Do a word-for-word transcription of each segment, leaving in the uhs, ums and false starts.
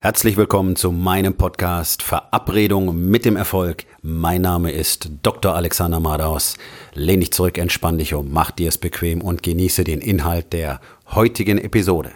Herzlich willkommen zu meinem Podcast Verabredung mit dem Erfolg. Mein Name ist Doktor Alexander Madaus. Lehn dich zurück, entspann dich um, mach dir es bequem und genieße den Inhalt der heutigen Episode.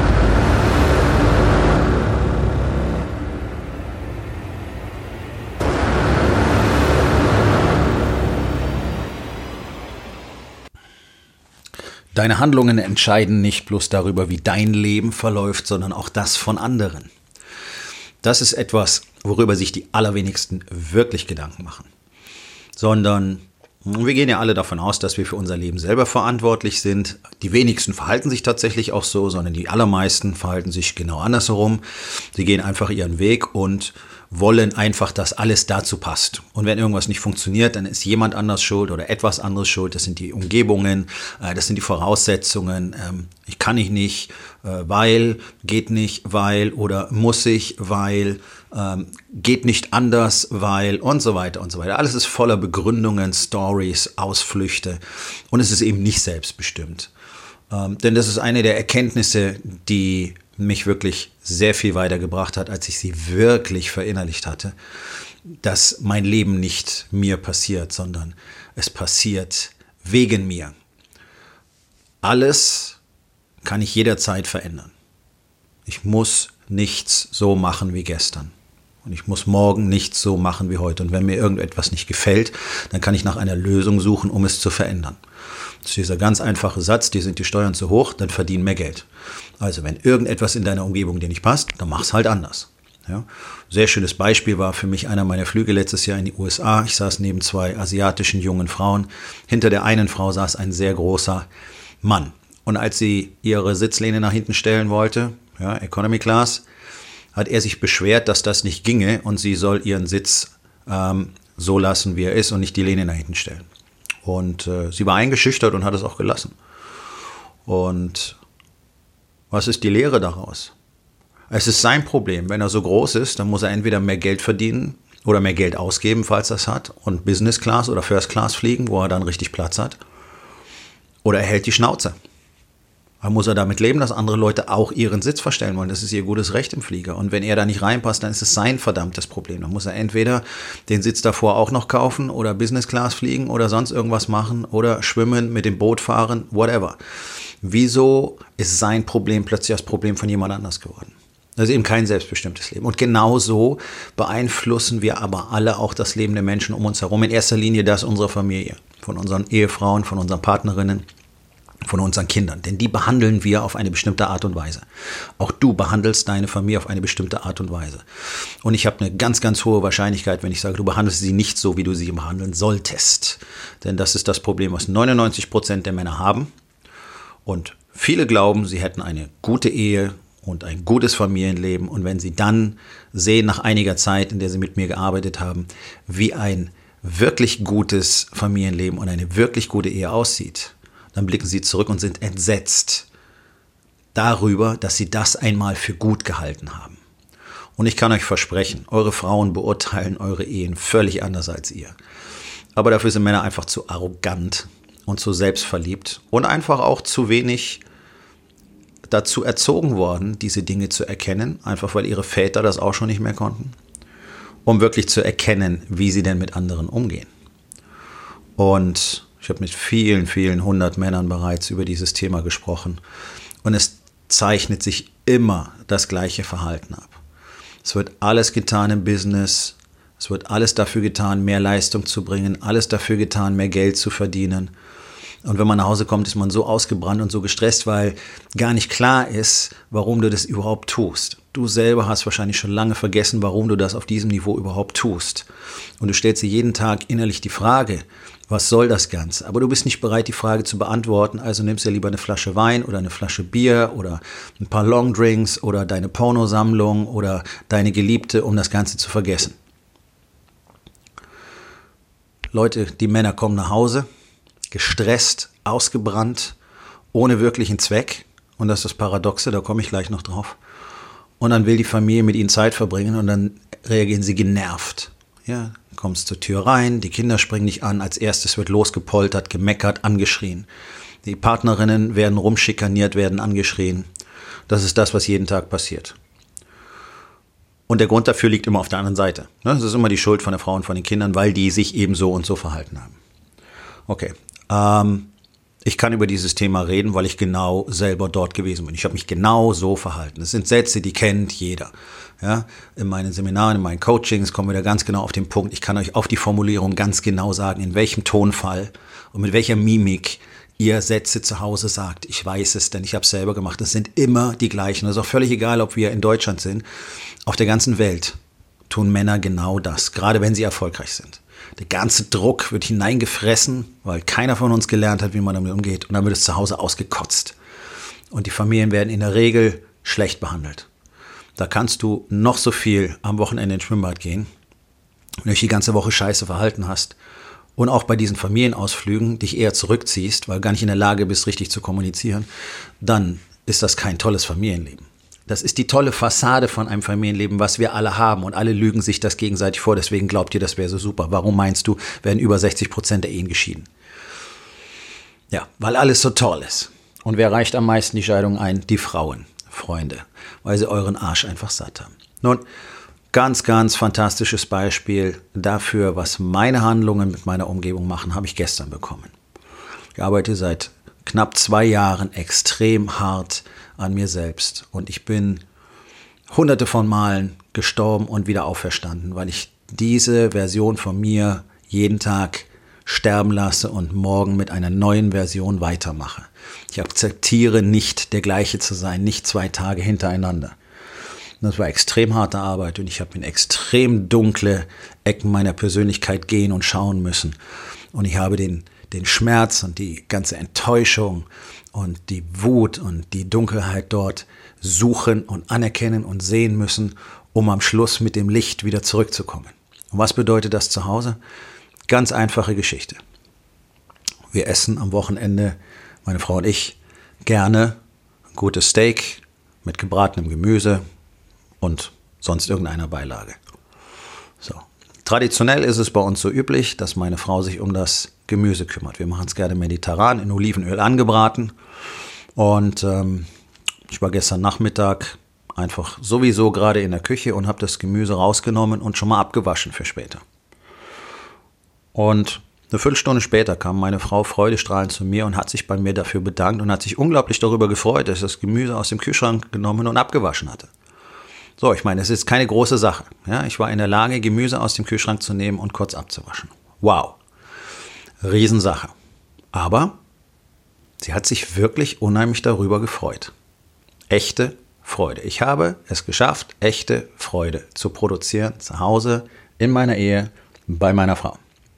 Deine Handlungen entscheiden nicht bloß darüber, wie dein Leben verläuft, sondern auch das von anderen. Das ist etwas, worüber sich die allerwenigsten wirklich Gedanken machen. Sondern wir gehen ja alle davon aus, dass wir für unser Leben selber verantwortlich sind. Die wenigsten verhalten sich tatsächlich auch so, sondern die allermeisten verhalten sich genau andersherum. Sie gehen einfach ihren Weg und wollen einfach, dass alles dazu passt. Und wenn irgendwas nicht funktioniert, dann ist jemand anders schuld oder etwas anderes schuld. Das sind die Umgebungen, das sind die Voraussetzungen. Ich kann ich nicht, weil, geht nicht, weil oder muss ich, weil, geht nicht anders, weil und so weiter und so weiter. Alles ist voller Begründungen, Stories, Ausflüchte und es ist eben nicht selbstbestimmt. Denn das ist eine der Erkenntnisse, die mich wirklich sehr viel weitergebracht hat, als ich sie wirklich verinnerlicht hatte, dass mein Leben nicht mir passiert, sondern es passiert wegen mir. Alles kann ich jederzeit verändern. Ich muss nichts so machen wie gestern. Und ich muss morgen nichts so machen wie heute. Und wenn mir irgendetwas nicht gefällt, dann kann ich nach einer Lösung suchen, um es zu verändern. Das ist dieser ganz einfache Satz, dir sind die Steuern zu hoch, dann verdien mehr Geld. Also wenn irgendetwas in deiner Umgebung dir nicht passt, dann mach es halt anders. Ja? Sehr schönes Beispiel war für mich einer meiner Flüge letztes Jahr in die U S A. Ich saß neben zwei asiatischen jungen Frauen. Hinter der einen Frau saß ein sehr großer Mann. Und als sie ihre Sitzlehne nach hinten stellen wollte, ja, Economy Class, hat er sich beschwert, dass das nicht ginge und sie soll ihren Sitz ähm, so lassen, wie er ist und nicht die Lehne nach hinten stellen. Und äh, sie war eingeschüchtert und hat es auch gelassen. Und was ist die Lehre daraus? Es ist sein Problem. Wenn er so groß ist, dann muss er entweder mehr Geld verdienen oder mehr Geld ausgeben, falls er es hat, und Business Class oder First Class fliegen, wo er dann richtig Platz hat. Oder er hält die Schnauze. Dann muss er damit leben, dass andere Leute auch ihren Sitz verstellen wollen. Das ist ihr gutes Recht im Flieger. Und wenn er da nicht reinpasst, dann ist es sein verdammtes Problem. Dann muss er entweder den Sitz davor auch noch kaufen oder Business Class fliegen oder sonst irgendwas machen oder schwimmen, mit dem Boot fahren, whatever. Wieso ist sein Problem plötzlich das Problem von jemand anders geworden? Das ist eben kein selbstbestimmtes Leben. Und genauso beeinflussen wir aber alle auch das Leben der Menschen um uns herum. In erster Linie das unserer Familie, von unseren Ehefrauen, von unseren Partnerinnen, von unseren Kindern, denn die behandeln wir auf eine bestimmte Art und Weise. Auch du behandelst deine Familie auf eine bestimmte Art und Weise. Und ich habe eine ganz, ganz hohe Wahrscheinlichkeit, wenn ich sage, du behandelst sie nicht so, wie du sie behandeln solltest. Denn das ist das Problem, was neunundneunzig Prozent der Männer haben. Und viele glauben, sie hätten eine gute Ehe und ein gutes Familienleben. Und wenn sie dann sehen, nach einiger Zeit, in der sie mit mir gearbeitet haben, wie ein wirklich gutes Familienleben und eine wirklich gute Ehe aussieht, dann blicken sie zurück und sind entsetzt darüber, dass sie das einmal für gut gehalten haben. Und ich kann euch versprechen, eure Frauen beurteilen eure Ehen völlig anders als ihr. Aber dafür sind Männer einfach zu arrogant und zu selbstverliebt und einfach auch zu wenig dazu erzogen worden, diese Dinge zu erkennen, einfach weil ihre Väter das auch schon nicht mehr konnten, um wirklich zu erkennen, wie sie denn mit anderen umgehen. Und ich habe mit vielen, vielen hundert Männern bereits über dieses Thema gesprochen und es zeichnet sich immer das gleiche Verhalten ab. Es wird alles getan im Business, es wird alles dafür getan, mehr Leistung zu bringen, alles dafür getan, mehr Geld zu verdienen. Und wenn man nach Hause kommt, ist man so ausgebrannt und so gestresst, weil gar nicht klar ist, warum du das überhaupt tust. Du selber hast wahrscheinlich schon lange vergessen, warum du das auf diesem Niveau überhaupt tust. Und du stellst dir jeden Tag innerlich die Frage, was soll das Ganze? Aber du bist nicht bereit, die Frage zu beantworten, also nimmst dir lieber eine Flasche Wein oder eine Flasche Bier oder ein paar Longdrinks oder deine Pornosammlung oder deine Geliebte, um das Ganze zu vergessen. Leute, die Männer kommen nach Hause, gestresst, ausgebrannt, ohne wirklichen Zweck. Und das ist das Paradoxe, da komme ich gleich noch drauf. Und dann will die Familie mit ihnen Zeit verbringen und dann reagieren sie genervt. Ja, kommst zur Tür rein, die Kinder springen nicht an, als erstes wird losgepoltert, gemeckert, angeschrien. Die Partnerinnen werden rumschikaniert, werden angeschrien. Das ist das, was jeden Tag passiert. Und der Grund dafür liegt immer auf der anderen Seite. Das ist immer die Schuld von der Frau und von den Kindern, weil die sich eben so und so verhalten haben. Okay, ähm, ich kann über dieses Thema reden, weil ich genau selber dort gewesen bin. Ich habe mich genau so verhalten. Das sind Sätze, die kennt jeder. Ja, in meinen Seminaren, in meinen Coachings kommen wir da ganz genau auf den Punkt. Ich kann euch auf die Formulierung ganz genau sagen, in welchem Tonfall und mit welcher Mimik ihr Sätze zu Hause sagt. Ich weiß es, denn ich habe es selber gemacht. Das sind immer die gleichen. Das ist auch völlig egal, ob wir in Deutschland sind. Auf der ganzen Welt tun Männer genau das, gerade wenn sie erfolgreich sind. Der ganze Druck wird hineingefressen, weil keiner von uns gelernt hat, wie man damit umgeht. Und dann wird es zu Hause ausgekotzt. Und die Familien werden in der Regel schlecht behandelt. Da kannst du noch so viel am Wochenende ins Schwimmbad gehen, wenn du dich die ganze Woche scheiße verhalten hast und auch bei diesen Familienausflügen dich eher zurückziehst, weil du gar nicht in der Lage bist, richtig zu kommunizieren, dann ist das kein tolles Familienleben. Das ist die tolle Fassade von einem Familienleben, was wir alle haben, und alle lügen sich das gegenseitig vor, deswegen glaubt ihr, das wäre so super. Warum meinst du, werden über sechzig Prozent der Ehen geschieden? Ja, weil alles so toll ist. Und wer reicht am meisten die Scheidung ein? Die Frauen. Freunde, weil sie euren Arsch einfach satt haben. Nun, ganz, ganz fantastisches Beispiel dafür, was meine Handlungen mit meiner Umgebung machen, habe ich gestern bekommen. Ich arbeite seit knapp zwei Jahren extrem hart an mir selbst und ich bin hunderte von Malen gestorben und wieder auferstanden, weil ich diese Version von mir jeden Tag sterben lasse und morgen mit einer neuen Version weitermache. Ich akzeptiere nicht, der gleiche zu sein, nicht zwei Tage hintereinander. Das war extrem harte Arbeit und ich habe in extrem dunkle Ecken meiner Persönlichkeit gehen und schauen müssen. Und ich habe den, den Schmerz und die ganze Enttäuschung und die Wut und die Dunkelheit dort suchen und anerkennen und sehen müssen, um am Schluss mit dem Licht wieder zurückzukommen. Und was bedeutet das zu Hause? Ganz einfache Geschichte. Wir essen am Wochenende, meine Frau und ich, gerne ein gutes Steak mit gebratenem Gemüse und sonst irgendeiner Beilage. So. Traditionell ist es bei uns so üblich, dass meine Frau sich um das Gemüse kümmert. Wir machen es gerne mediterran, in Olivenöl angebraten. Und ähm, ich war gestern Nachmittag einfach sowieso gerade in der Küche und habe das Gemüse rausgenommen und schon mal abgewaschen für später. Und eine Viertelstunde später kam meine Frau freudestrahlend zu mir und hat sich bei mir dafür bedankt und hat sich unglaublich darüber gefreut, dass ich das Gemüse aus dem Kühlschrank genommen und abgewaschen hatte. So, ich meine, es ist keine große Sache. Ja, ich war in der Lage, Gemüse aus dem Kühlschrank zu nehmen und kurz abzuwaschen. Wow, Riesensache. Aber sie hat sich wirklich unheimlich darüber gefreut. Echte Freude. Ich habe es geschafft, echte Freude zu produzieren, zu Hause, in meiner Ehe, bei meiner Frau.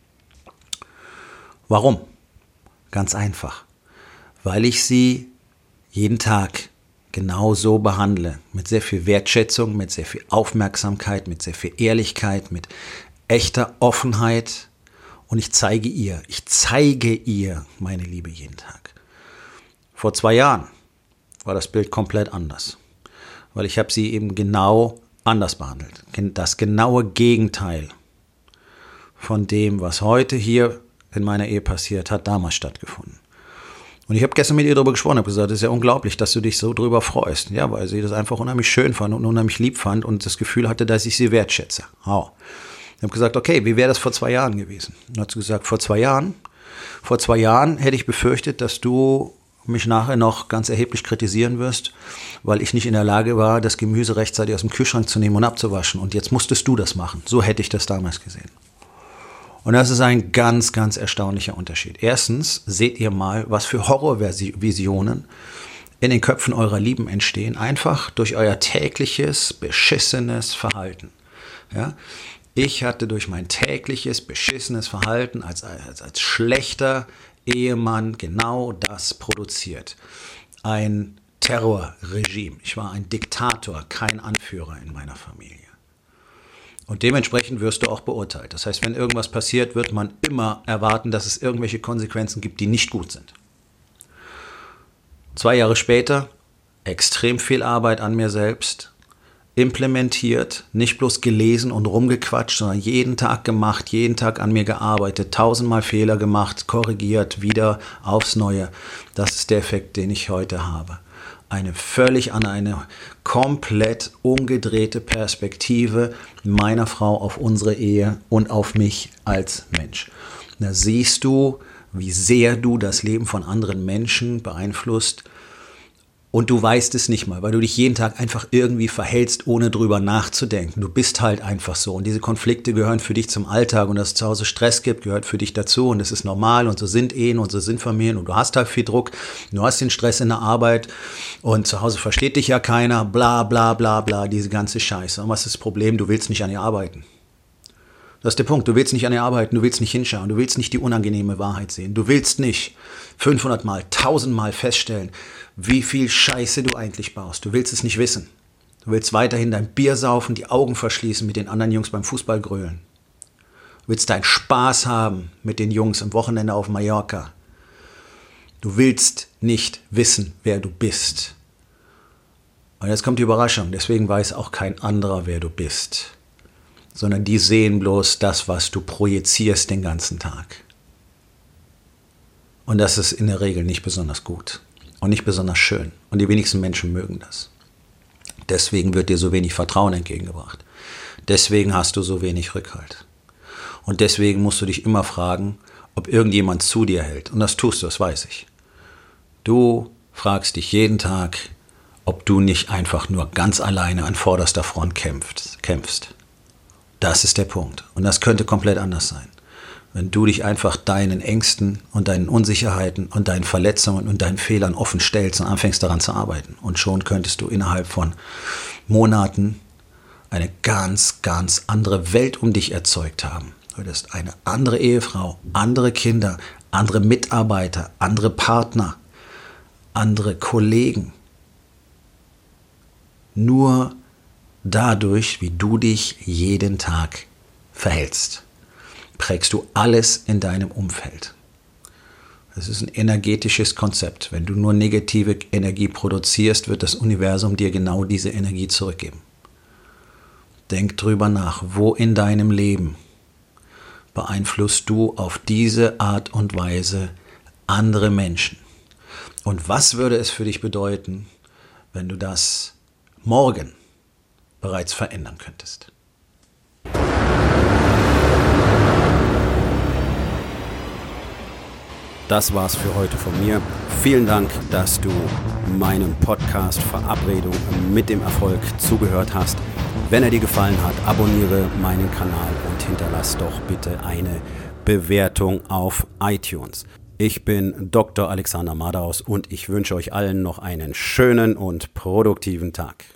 Warum? Ganz einfach. Weil ich sie jeden Tag genau so behandle. Mit sehr viel Wertschätzung, mit sehr viel Aufmerksamkeit, mit sehr viel Ehrlichkeit, mit echter Offenheit. Und ich zeige ihr, ich zeige ihr meine Liebe jeden Tag. Vor zwei Jahren war das Bild komplett anders. Weil ich habe sie eben genau anders behandelt. Das genaue Gegenteil von dem, was heute hier in meiner Ehe passiert, hat damals stattgefunden. Und ich habe gestern mit ihr darüber gesprochen, habe gesagt, es ist ja unglaublich, dass du dich so drüber freust. Ja, weil sie das einfach unheimlich schön fand und unheimlich lieb fand und das Gefühl hatte, dass ich sie wertschätze. Wow. Ich habe gesagt, okay, wie wäre das vor zwei Jahren gewesen? Und hat sie gesagt, vor zwei Jahren? Vor zwei Jahren hätte ich befürchtet, dass du mich nachher noch ganz erheblich kritisieren wirst, weil ich nicht in der Lage war, das Gemüse rechtzeitig aus dem Kühlschrank zu nehmen und abzuwaschen. Und jetzt musstest du das machen. So hätte ich das damals gesehen. Und das ist ein ganz, ganz erstaunlicher Unterschied. Erstens seht ihr mal, was für Horrorvisionen in den Köpfen eurer Lieben entstehen, einfach durch euer tägliches, beschissenes Verhalten. Ja? Ich hatte durch mein tägliches, beschissenes Verhalten als, als, als schlechter Ehemann genau das produziert. Ein Terrorregime. Ich war ein Diktator, kein Anführer in meiner Familie. Und dementsprechend wirst du auch beurteilt. Das heißt, wenn irgendwas passiert, wird man immer erwarten, dass es irgendwelche Konsequenzen gibt, die nicht gut sind. Zwei Jahre später, extrem viel Arbeit an mir selbst, implementiert, nicht bloß gelesen und rumgequatscht, sondern jeden Tag gemacht, jeden Tag an mir gearbeitet, tausendmal Fehler gemacht, korrigiert, wieder aufs Neue. Das ist der Effekt, den ich heute habe. eine völlig an eine komplett umgedrehte Perspektive meiner Frau auf unsere Ehe und auf mich als Mensch. Da siehst du, wie sehr du das Leben von anderen Menschen beeinflusst. Und du weißt es nicht mal, weil du dich jeden Tag einfach irgendwie verhältst, ohne drüber nachzudenken. Du bist halt einfach so. Und diese Konflikte gehören für dich zum Alltag. Und dass es zu Hause Stress gibt, gehört für dich dazu. Und das ist normal. Und so sind Ehen und so sind Familien. Und du hast halt viel Druck. Du hast den Stress in der Arbeit. Und zu Hause versteht dich ja keiner. Bla, bla, bla, bla. Diese ganze Scheiße. Und was ist das Problem? Du willst nicht an ihr arbeiten. Das ist der Punkt. Du willst nicht an ihr arbeiten, du willst nicht hinschauen, du willst nicht die unangenehme Wahrheit sehen. Du willst nicht fünfhundert Mal, tausend Mal feststellen, wie viel Scheiße du eigentlich baust. Du willst es nicht wissen. Du willst weiterhin dein Bier saufen, die Augen verschließen, mit den anderen Jungs beim Fußball grölen. Du willst deinen Spaß haben mit den Jungs am Wochenende auf Mallorca. Du willst nicht wissen, wer du bist. Und jetzt kommt die Überraschung. Deswegen weiß auch kein anderer, wer du bist. Sondern die sehen bloß das, was du projizierst den ganzen Tag. Und das ist in der Regel nicht besonders gut und nicht besonders schön. Und die wenigsten Menschen mögen das. Deswegen wird dir so wenig Vertrauen entgegengebracht. Deswegen hast du so wenig Rückhalt. Und deswegen musst du dich immer fragen, ob irgendjemand zu dir hält. Und das tust du, das weiß ich. Du fragst dich jeden Tag, ob du nicht einfach nur ganz alleine an vorderster Front kämpfst. kämpfst. Das ist der Punkt. Und das könnte komplett anders sein. Wenn du dich einfach deinen Ängsten und deinen Unsicherheiten und deinen Verletzungen und deinen Fehlern offen stellst und anfängst daran zu arbeiten. Und schon könntest du innerhalb von Monaten eine ganz, ganz andere Welt um dich erzeugt haben. Du würdest eine andere Ehefrau, andere Kinder, andere Mitarbeiter, andere Partner, andere Kollegen. Nur dadurch, wie du dich jeden Tag verhältst, prägst du alles in deinem Umfeld. Das ist ein energetisches Konzept. Wenn du nur negative Energie produzierst, wird das Universum dir genau diese Energie zurückgeben. Denk drüber nach, wo in deinem Leben beeinflusst du auf diese Art und Weise andere Menschen? Und was würde es für dich bedeuten, wenn du das morgen bereits verändern könntest? Das war's für heute von mir. Vielen Dank, dass du meinem Podcast Verabredung mit dem Erfolg zugehört hast. Wenn er dir gefallen hat, abonniere meinen Kanal und hinterlass doch bitte eine Bewertung auf iTunes. Ich bin Doktor Alexander Madaus und ich wünsche euch allen noch einen schönen und produktiven Tag.